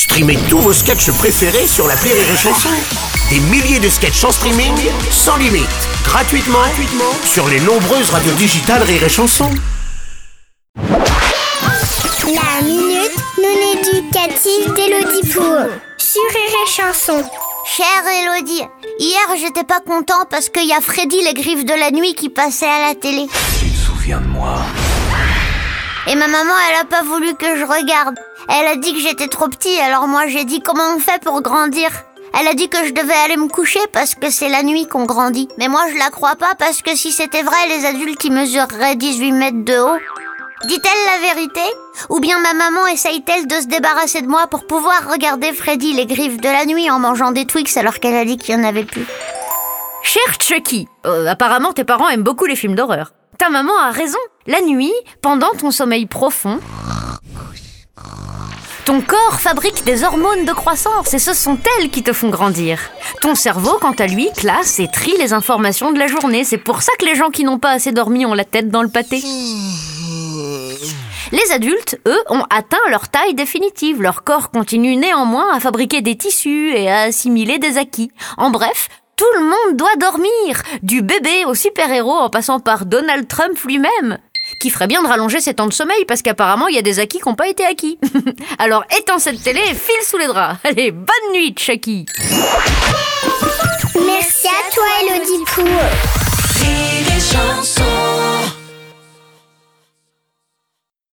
Streamez tous vos sketchs préférés sur l'appli Rire et Chanson. Des milliers de sketchs en streaming, sans limite, gratuitement sur les nombreuses radios digitales Rire et Chanson. La minute non éducative d'Élodie Pour sur Rire et Chanson. Chère Élodie, hier j'étais pas content parce qu'il y a Freddy les griffes de la nuit qui passait à la télé. Tu te souviens de moi? Et ma maman, elle a pas voulu que je regarde. Elle a dit que j'étais trop petit, alors moi j'ai dit comment on fait pour grandir. Elle a dit que je devais aller me coucher parce que c'est la nuit qu'on grandit. Mais moi je la crois pas parce que si c'était vrai, les adultes ils mesureraient 18 mètres de haut. Dit-elle la vérité? Ou bien ma maman essaye-t-elle de se débarrasser de moi pour pouvoir regarder Freddy les griffes de la nuit en mangeant des Twix alors qu'elle a dit qu'il y en avait plus? Cher Chucky, apparemment tes parents aiment beaucoup les films d'horreur. Ta maman a raison. La nuit, pendant ton sommeil profond, ton corps fabrique des hormones de croissance et ce sont elles qui te font grandir. Ton cerveau, quant à lui, classe et trie les informations de la journée. C'est pour ça que les gens qui n'ont pas assez dormi ont la tête dans le pâté. Les adultes, eux, ont atteint leur taille définitive. Leur corps continue néanmoins à fabriquer des tissus et à assimiler des acquis. En bref, tout le monde doit dormir, du bébé au super-héros en passant par Donald Trump lui-même, qui ferait bien de rallonger ses temps de sommeil parce qu'apparemment il y a des acquis qui n'ont pas été acquis. Alors éteins cette télé et file sous les draps. Allez, bonne nuit Chucky. Merci à toi Élodie Pour. Rire et Chanson.